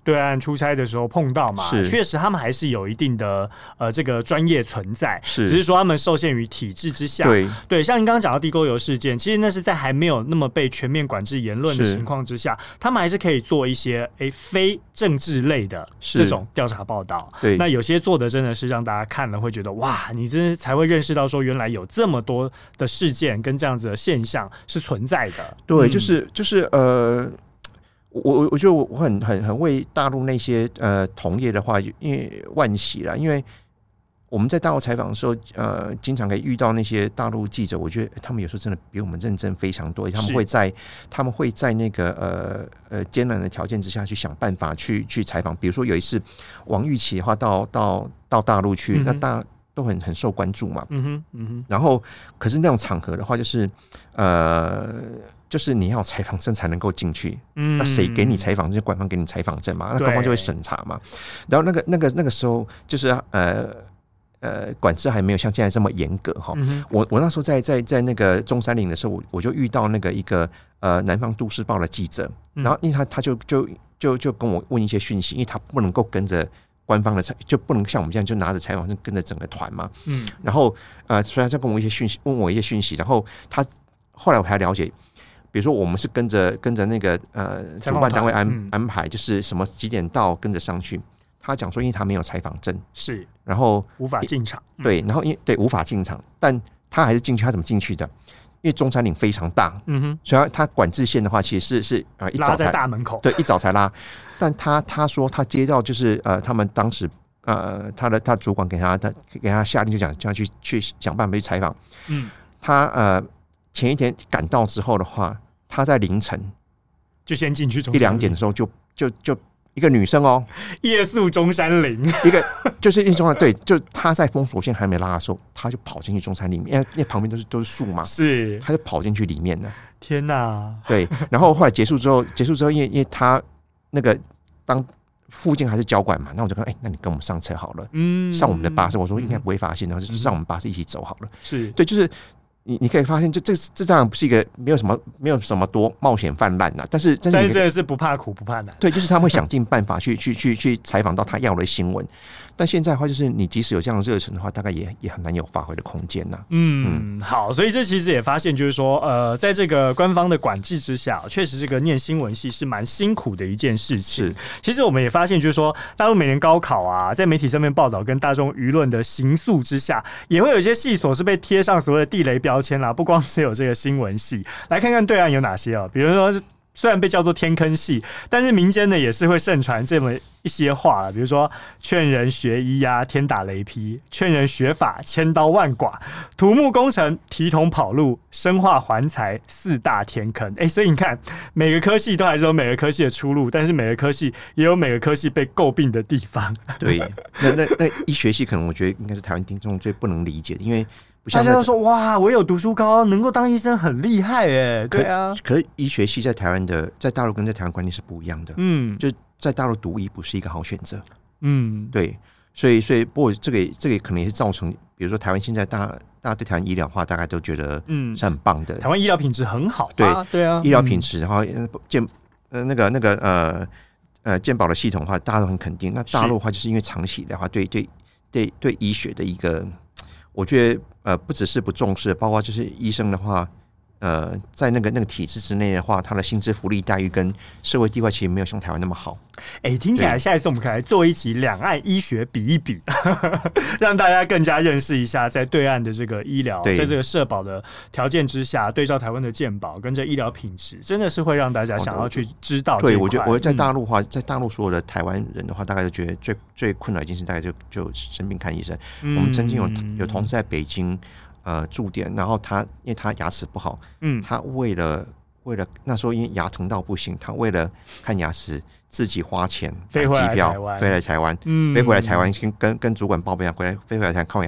Speaker 1: 对岸出差的时候碰到嘛，确实他们还是有一定的呃这个专业存在，
Speaker 2: 是
Speaker 1: 只是说他们受限于体制之下。
Speaker 2: 对
Speaker 1: 对，像您刚刚讲到地沟油事件，其实那是在还没有那么被全面管制言论的情况之下，他们还是可以做一些诶非政治类的这种调查报道。
Speaker 2: 对，
Speaker 1: 那有些做的真的是让大家看了会觉得哇，你真才会认识到说原来有这么多的事件跟这样子的现象是存在的。
Speaker 2: 对，嗯、就是就是呃。我我觉得我很很很为大陆那些呃同业的话，因为惋惜啦，因为我们在大陆采访的时候，呃，经常可以遇到那些大陆记者，我觉得他们有时候真的比我们认真非常多，他们会在他们会在那个呃呃艰难的条件之下去想办法去去采访。比如说有一次王玉琦的话到到到大陆去，嗯、那大都很很受关注嘛，嗯哼嗯哼，然后可是那种场合的话，就是呃。就是你要采访证才能够进去，嗯、那谁给你采访证？官方给你采访证嘛，那官方就会审查嘛。然后那个、那个、那个时候，就是呃呃，管制还没有像现在这么严格哈。嗯、我我那时候在在在那个中山陵的时候，我我就遇到那个一个呃南方都市报的记者，然后因为他他就就就就跟我问一些讯息，因为他不能够跟着官方的采，就不能像我们这样就拿着采访证跟着整个团嘛。嗯，然后呃，所以他就跟我一些讯息，问我一些讯息，然后他后来我才了解。比如说，我们是跟着跟着那个呃主办单位安、嗯、安排，就是什么几点到跟着上去。他讲说，因为他没有采访证，
Speaker 1: 是，
Speaker 2: 然后
Speaker 1: 无法进场。
Speaker 2: 对，然后因为对无法进场，但他还是进去。他怎么进去的？因为中山陵非常大，嗯哼，所以他管制线的话，其实是是呃一早才
Speaker 1: 拉在大门口，
Speaker 2: 对，一早才拉。但他他说他接到就是呃他们当时呃他的他主管给他他给他下令就讲叫他去去想办法去采访。嗯，他呃前一天赶到之后的话。他在凌晨
Speaker 1: 就先进去中山陵，
Speaker 2: 一两点的时候就就就一个女生哦，
Speaker 1: 夜宿中山陵，
Speaker 2: 一个就是因为中山对，就他在封锁线还没拉的时候，他就跑进去中山陵，因为因为旁边都是都是树嘛，
Speaker 1: 是，
Speaker 2: 他就跑进去里面了。
Speaker 1: 天哪！
Speaker 2: 对，然后后来结束之后，结束之后，因为因为他那个当附近还是交管嘛，那我就跟哎、欸，那你跟我们上车好了，嗯，上我们的巴士。我说应该不会发现，然后就上我们巴士一起走好了。
Speaker 1: 是
Speaker 2: 对，就是。你你可以发现，这这这当然不是一个没有什么没有什么多冒险泛滥呐，但是
Speaker 1: 但是真的是不怕苦不怕难。
Speaker 2: 对，就是他们会想尽办法去去去去采访到他要的新闻。但现在的话，就是你即使有这样的热忱的话，大概也也很难有发挥的空间呐。
Speaker 1: 嗯，嗯好，所以这其实也发现，就是说，呃，在这个官方的管制之下，确实这个念新闻系是蛮辛苦的一件事情。是，其实我们也发现，就是说，大陆每年高考啊，在媒体上面报道跟大众舆论的形塑之下，也会有一些系所是被贴上所谓的地雷标签啦。不光只有这个新闻系，来看看对岸有哪些哦，比如说。虽然被叫做天坑系，但是民间呢也是会盛传这么一些话了，比如说劝人学医啊，天打雷劈；劝人学法，千刀万剐；土木工程，提桶跑路；生化环材，四大天坑。哎、欸，所以你看，每个科系都还是有每个科系的出路，但是每个科系也有每个科系被诟病的地方。
Speaker 2: 对，那那那医学系可能我觉得应该是台湾听众最不能理解的，因为。
Speaker 1: 大家都说哇，我有读书高，能够当医生很厉害哎，对啊。
Speaker 2: 可是医学系在台湾的，在大陆跟在台湾观念是不一样的。嗯，就在大陆读医不是一个好选择。嗯，对，所以所以不过这个这个可能也是造成，比如说台湾现在大大家对台湾医疗化，大概都觉得嗯是很棒的。
Speaker 1: 台湾医疗品质很好，
Speaker 2: 对
Speaker 1: 对啊，
Speaker 2: 医疗品质，然后健呃那个那个呃呃健保的系统的话，大家都很肯定。那大陆的话，就是因为长期的话，对对对对医学的一个，我觉得。呃，不只是不重视，包括就是医生的话，呃，在那个那个体制之内的话，他的薪资福利待遇跟社会地位其实没有像台湾那么好。
Speaker 1: 哎、欸，听起来下一次我们可以来做一集两岸医学比一比，让大家更加认识一下在对岸的这个医疗，在这个社保的条件之下，对照台湾的健保跟这医疗品质，真的是会让大家想要去知道这一块。
Speaker 2: 对，我觉得我在大陆的话，嗯、在大陆所有的台湾人的话，大概就觉得最最困难的一件事，大概就就生病看医生。嗯、我们曾经有有同事在北京呃驻点，然后他因为他牙齿不好，嗯，他为了为了那时候因为牙疼到不行，他为了看牙齿。自己花钱买机票飞来台湾，嗯，飞回来台湾跟跟跟主管报备，回来飞回来台湾看完牙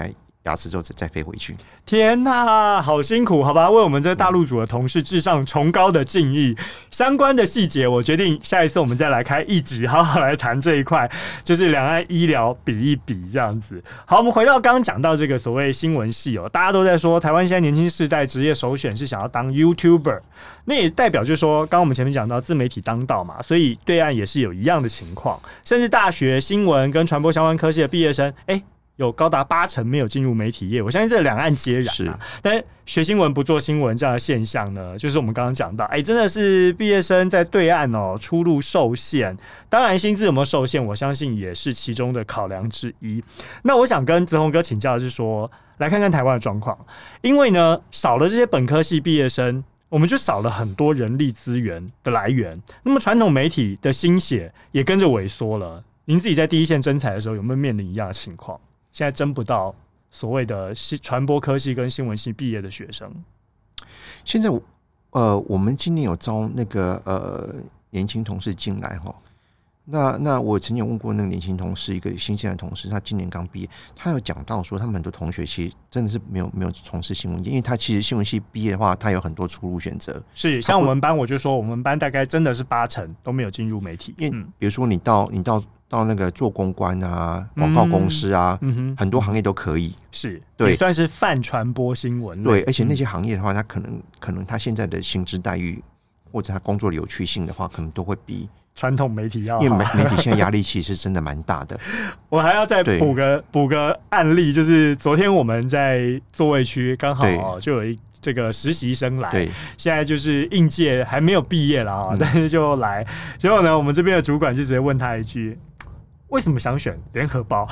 Speaker 2: 雅思之后再再飞回去。
Speaker 1: 天哪，好辛苦，好吧，为我们这大陆组的同事致上崇高的敬意。相关的细节，我决定下一次我们再来开一集，好好来谈这一块，就是两岸医疗比一比这样子。好，我们回到刚刚讲到这个所谓新闻系哦，大家都在说台湾现在年轻世代职业首选是想要当 YouTuber， 那也代表就是说，刚刚我们前面讲到自媒体当道嘛，所以对岸也是有一样的情况，甚至大学新闻跟传播相关科系的毕业生，哎、欸。有高达八成没有进入媒体业，我相信这两岸皆然啊。但是学新闻不做新闻这样的现象呢，就是我们刚刚讲到，哎、欸，真的是毕业生在对岸哦出路受限。当然，薪资有没有受限，我相信也是其中的考量之一。那我想跟子鸿哥请教的是说，来看看台湾的状况，因为呢少了这些本科系毕业生，我们就少了很多人力资源的来源。那么传统媒体的心血也跟着萎缩了。您自己在第一线征才的时候，有没有面临一样的情况？现在征不到所谓的传播科系跟新闻系毕业的学生。
Speaker 2: 现在呃，我们今年有招那个呃年轻同事进来哈。那那我曾经有问过那个年轻同事，一个新鲜的同事，他今年刚毕业，他有讲到说，他们很多同学其实真的是没有没有从事新闻业，因为他其实新闻系毕业的话，他有很多出路选择。
Speaker 1: 是像我们班，我就说我们班大概真的是八成都没有进入媒体，
Speaker 2: 因为比如说你到你到。到那个做公关啊，广告公司啊、嗯嗯，很多行业都可以，
Speaker 1: 是对，也算是泛传播新闻。
Speaker 2: 对，而且那些行业的话，他可能可能他现在的薪资待遇或者他工作的有趣性的话，可能都会比
Speaker 1: 传统媒体要好。
Speaker 2: 因为媒体现在压力其实真的蛮大的。
Speaker 1: 我还要再补个补个案例，就是昨天我们在座位区刚好、哦、就有一。这个实习生来，现在就是应届还没有毕业了啊、嗯，但是就来，结果呢，我们这边的主管就直接问他一句：为什么想选联合报？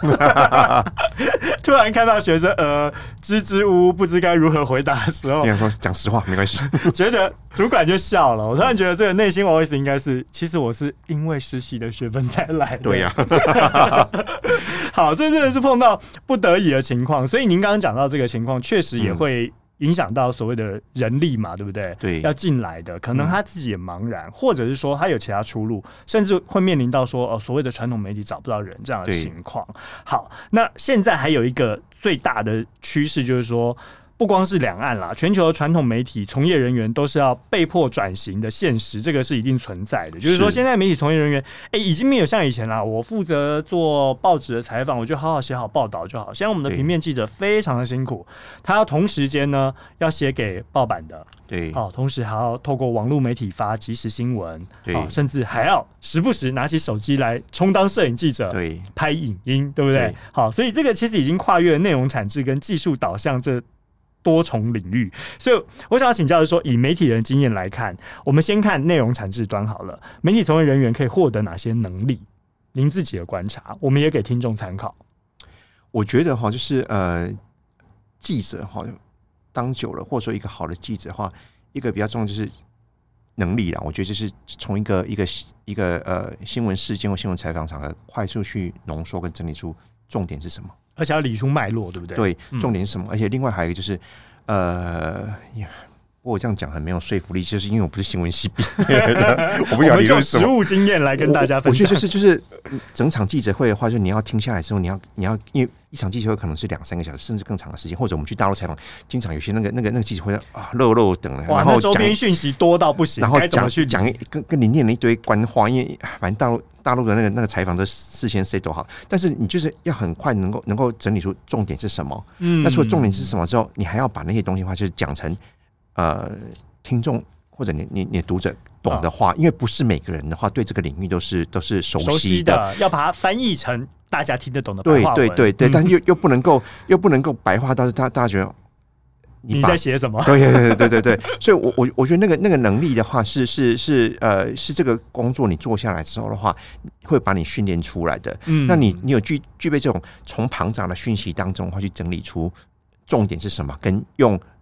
Speaker 1: 突然看到学生呃支支吾吾不知该如何回答的时候，
Speaker 2: 你说讲实话没关系，
Speaker 1: 觉得主管就笑了。我突然觉得这个内心 O S 应该是：其实我是因为实习的学分才来的。
Speaker 2: 对呀、啊，
Speaker 1: 好，这真的是碰到不得已的情况。所以您刚刚讲到这个情况，确实也会。影响到所谓的人力嘛，对不对？
Speaker 2: 对，
Speaker 1: 要进来的，可能他自己也茫然、嗯，或者是说他有其他出路，甚至会面临到说哦，所谓的传统媒体找不到人这样的情况。好，那现在还有一个最大的趋势就是说。不光是两岸啦，全球的传统媒体从业人员都是要被迫转型的现实，这个是一定存在的。就是说，现在媒体从业人员，哎、欸，已经没有像以前啦，我负责做报纸的采访，我就好好写好报道就好。现在我们的平面记者非常的辛苦，他要同时间呢要写给报版的，
Speaker 2: 对，
Speaker 1: 哦，同时还要透过网络媒体发即时新闻，
Speaker 2: 对、
Speaker 1: 哦，甚至还要时不时拿起手机来充当摄影记者，
Speaker 2: 对，
Speaker 1: 拍影音，对不对？
Speaker 2: 对，
Speaker 1: 好，所以这个其实已经跨越了内容产制跟技术导向这。多重领域，所以我想要请教的是说，以媒体人经验来看，我们先看内容产制端好了。媒体从业人员可以获得哪些能力？您自己的观察，我们也给听众参考。
Speaker 2: 我觉得哈，就是呃，记者哈当久了，或者说一个好的记者的话，一个比较重要就是能力啦。我觉得就是从一个一个一个呃新闻事件或新闻采访场合，快速去浓缩跟整理出重点是什么。而
Speaker 1: 且要理出脉络，对不对？
Speaker 2: 对，重点是什么？嗯、而且另外还有一个就是，呃，不过我这样讲很没有说服力，就是因为我不是新闻系毕业的，我不
Speaker 1: 我们就实务经验来跟大家分享。
Speaker 2: 我觉得就是就是整场记者会的话，就你要停下来之后，你要你要因为一场记者会可能是两三个小时，甚至更长的时间，或者我们去大陆采访，经常有些那个那个那个记者会啊漏漏等了，
Speaker 1: 哇，那周边讯息多到不行，
Speaker 2: 然后
Speaker 1: 讲去
Speaker 2: 讲跟跟你念了一堆官话，因为反正大陆。大陆的那个那个采访都事先 set 都好，但是你就是要很快能够能够整理出重点是什么。嗯，那除了重点是什么之后，你还要把那些东西的话，就是讲成呃听众或者你你你读者懂的话、哦，因为不是每个人的话对这个领域都是都是熟悉的，熟悉的
Speaker 1: 要把它翻译成大家听得懂的白话文。
Speaker 2: 对对对对，嗯、但是又又不能够又不能够白话到是大大家觉得。
Speaker 1: 你在写什么？
Speaker 2: 对对对对对对，所以我我我觉得那个那个能力的话是是是呃是这个工作你做下来之后的话，会把你训练出来的。嗯，那你你有具具备这种从庞杂的讯息当中的话去整理出重点是什么，跟用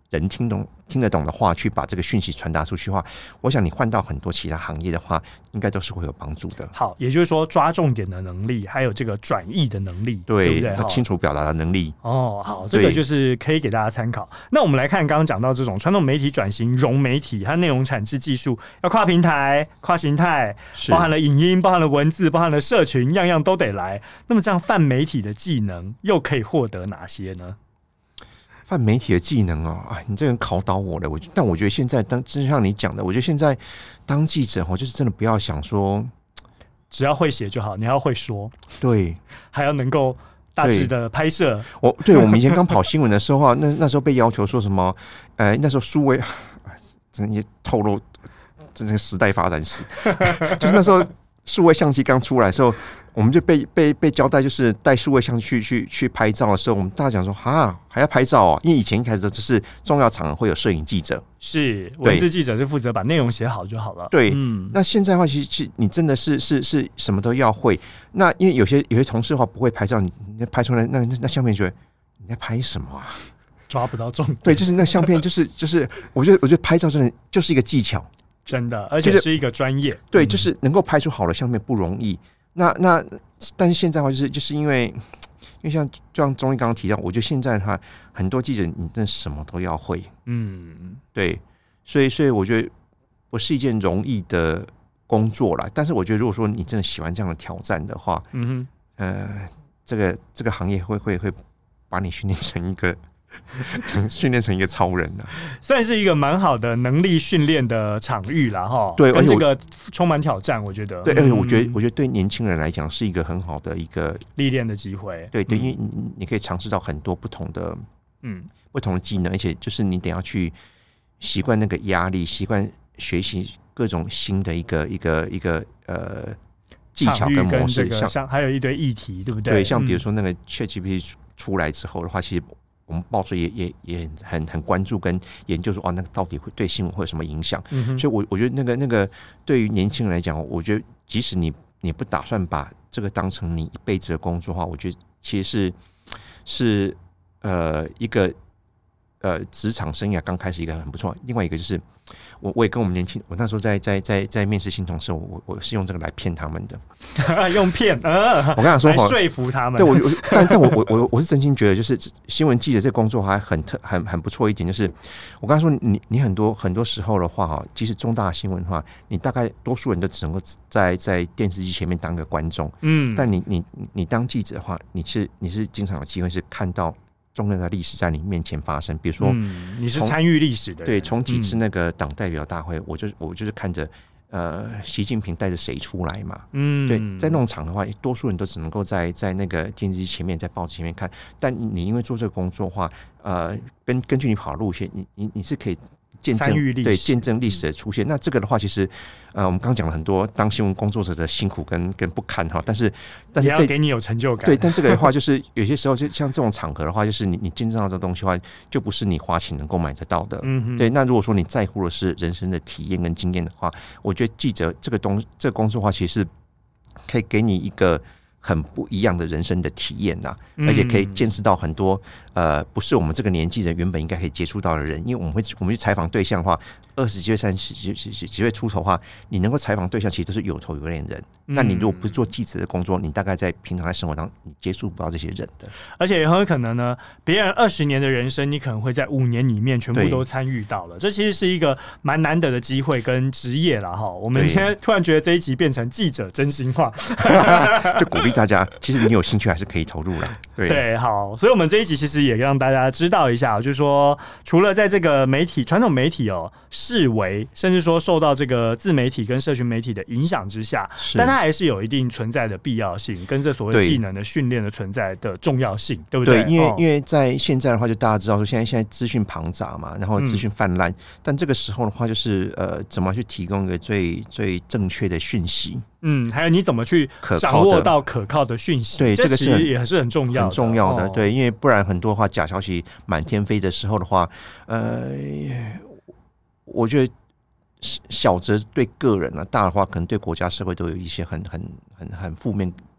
Speaker 2: 人听懂听得懂的话去把这个讯息传达出去的话，我想你换到很多其他行业的话，应该都是会有帮助的。
Speaker 1: 好，也就是说抓重点的能力，还有这个转译的能力，对, 对不对？
Speaker 2: 清楚表达的能力。
Speaker 1: 哦，好，这个就是可以给大家参考。那我们来看刚刚讲到这种传统媒体转型融媒体，它内容产制技术要跨平台、跨形态，包含了影音、包含了文字、包含了社群，样样都得来。那么这样泛媒体的技能又可以获得哪些呢？
Speaker 2: 泛媒体的技能哦，啊，你这个人考倒我了。我但我觉得现在当就像你讲的，我觉得现在当记者哦，就是真的不要想说
Speaker 1: 只要会写就好，你还要会说，
Speaker 2: 对，
Speaker 1: 还要能够大致的拍摄。
Speaker 2: 我对我们以前刚跑新闻的时候啊，那那时候被要求说什么？呃，那时候数位，真也透露这个时代发展史，就是那时候数位相机刚出来的时候。我们就被被被交代，就是带数位相机去去去拍照的时候，我们大家讲说，哈，还要拍照哦，因为以前一开始就是重要场合会有摄影记者，
Speaker 1: 是文字记者就负责把内容写好就好了。
Speaker 2: 对，嗯，那现在的话，其实你真的是是是什么都要会。那因为有些有些同事的话不会拍照，你你拍出来那那那相片，觉得你在拍什么啊？
Speaker 1: 抓不到重点。
Speaker 2: 对，就是那相片，就是就是，我觉得我觉得拍照真的就是一个技巧，
Speaker 1: 真的，而且是一个专业。就是、
Speaker 2: 对，就是能够拍出好的相片不容易。那那，但是现在的话，就是就是因为，因为像就像钟毅刚刚提到，我觉得现在的话，很多记者你真的什么都要会，嗯，对，所以所以我觉得不是一件容易的工作啦。但是我觉得，如果说你真的喜欢这样的挑战的话，嗯哼，呃，这个这个行业会会会把你训练成一个。训练成一个超人了、啊，
Speaker 1: 算是一个蛮好的能力训练的场域啦，哈。
Speaker 2: 对，
Speaker 1: 跟这个充满挑战，我觉得。
Speaker 2: 对，而且我觉得，我觉得对年轻人来讲是一个很好的一个
Speaker 1: 历练的机会。
Speaker 2: 对对，因为你可以尝试到很多不同的，嗯，不同的技能，而且就是你得要去习惯那个压力，习惯学习各种新的一个一个一个呃技巧跟模式，
Speaker 1: 像像还有一堆议题，对不对？
Speaker 2: 对，像比如说那个 ChatGPT 出来之后的话，其实。我们报社也也也很很关注跟研究说，哦，那个到底会对新闻会有什么影响？嗯、所以我，我我觉得那个那个对于年轻人来讲，我觉得即使你你不打算把这个当成你一辈子的工作的话，我觉得其实是是呃一个呃职场生涯刚开始一个很不错。另外一个就是我我也跟我们年轻，我那时候在在在在面试新同事，我我是用这个来骗他们的，
Speaker 1: 用骗，呃，
Speaker 2: 我跟他说，
Speaker 1: 来说服他们。
Speaker 2: 对我，但但我我我我是真心觉得，就是新闻记者这个工作还很特很很不错一点，就是我刚才说你你很多很多时候的话哈，即使重大新闻的话，你大概多数人都只能够在在电视机前面当个观众，嗯，但你你你当记者的话，你是你是经常有机会是看到。重要的历史在你面前发生，比如说，
Speaker 1: 嗯、你是参与历史的人，
Speaker 2: 对，从几次那个党代表大会，嗯、我就我就是看着呃习近平带着谁出来嘛，嗯，对，在那种场合的话，多数人都只能够在在那个电视机前面，在报纸前面看，但你因为做这个工作的话，呃，根根据你跑的路线，你你你是可以。见证对见证历史的出现，那这个的话，其实呃，我们刚刚讲了很多当新闻工作者的辛苦跟跟不堪哈，但是但是
Speaker 1: 也要给你有成就感。
Speaker 2: 对，但这个的话，就是有些时候就像这种场合的话，就是你你见证到这个东西的话，就不是你花钱能够买得到的。嗯，对。那如果说你在乎的是人生的体验跟经验的话，我觉得记者这个东这个工作的话，其实可以给你一个。很不一样的人生的体验呐、啊，而且可以见识到很多呃，不是我们这个年纪人原本应该可以接触到的人，因为我们会我们去采访对象的话，二十几岁、三十几几岁出头的话，你能够采访对象其实都是有头有脸人。嗯、那你如果不是做记者的工作，你大概在平常在生活当中你接触不到这些人的。
Speaker 1: 而且也很有可能呢，别人二十年的人生，你可能会在五年里面全部都参与到了。这其实是一个蛮难得的机会跟职业啦哈。我们现在突然觉得这一集变成记者真心话，
Speaker 2: 就鼓励大家，其实你有兴趣还是可以投入啦。对
Speaker 1: 对，好，所以我们这一集其实也让大家知道一下，就是说，除了在这个媒体传统媒体哦视为，甚至说受到这个自媒体跟社群媒体的影响之下，但它还是有一定存在的必要性，跟这所谓技能的训练的存在的重要性，对不对？
Speaker 2: 对，因为、哦、因为在现在的话，就大家知道说，现在现在资讯庞杂嘛，然后资讯泛滥、嗯，但这个时候的话，就是呃，怎么去提供一个最最正确的讯息？
Speaker 1: 嗯，还有你怎么去掌握到可靠的讯息？
Speaker 2: 对，这个是
Speaker 1: 也是很重要的，
Speaker 2: 很重要的。
Speaker 1: 哦、
Speaker 2: 对，因为不然很多的话，假消息满天飞的时候的话，呃，我觉得小则对个人啊，大的话可能对国家社会都有一些很很很很负面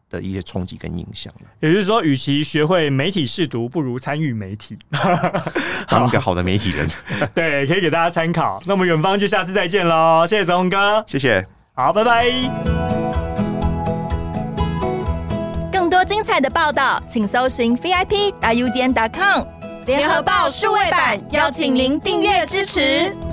Speaker 2: 的一些冲击跟影响。
Speaker 1: 也就是说，与其学会媒体识读，不如参与媒体，
Speaker 2: 当一个好的媒体人。
Speaker 1: 对，可以给大家参考。那我们远方就下次再见喽，谢谢泽宏哥，
Speaker 2: 谢谢，
Speaker 1: 好，拜拜。
Speaker 3: 更多精彩的报道，请搜寻 V I P 大 U 点 com 联合报数位版，邀请您订阅支持。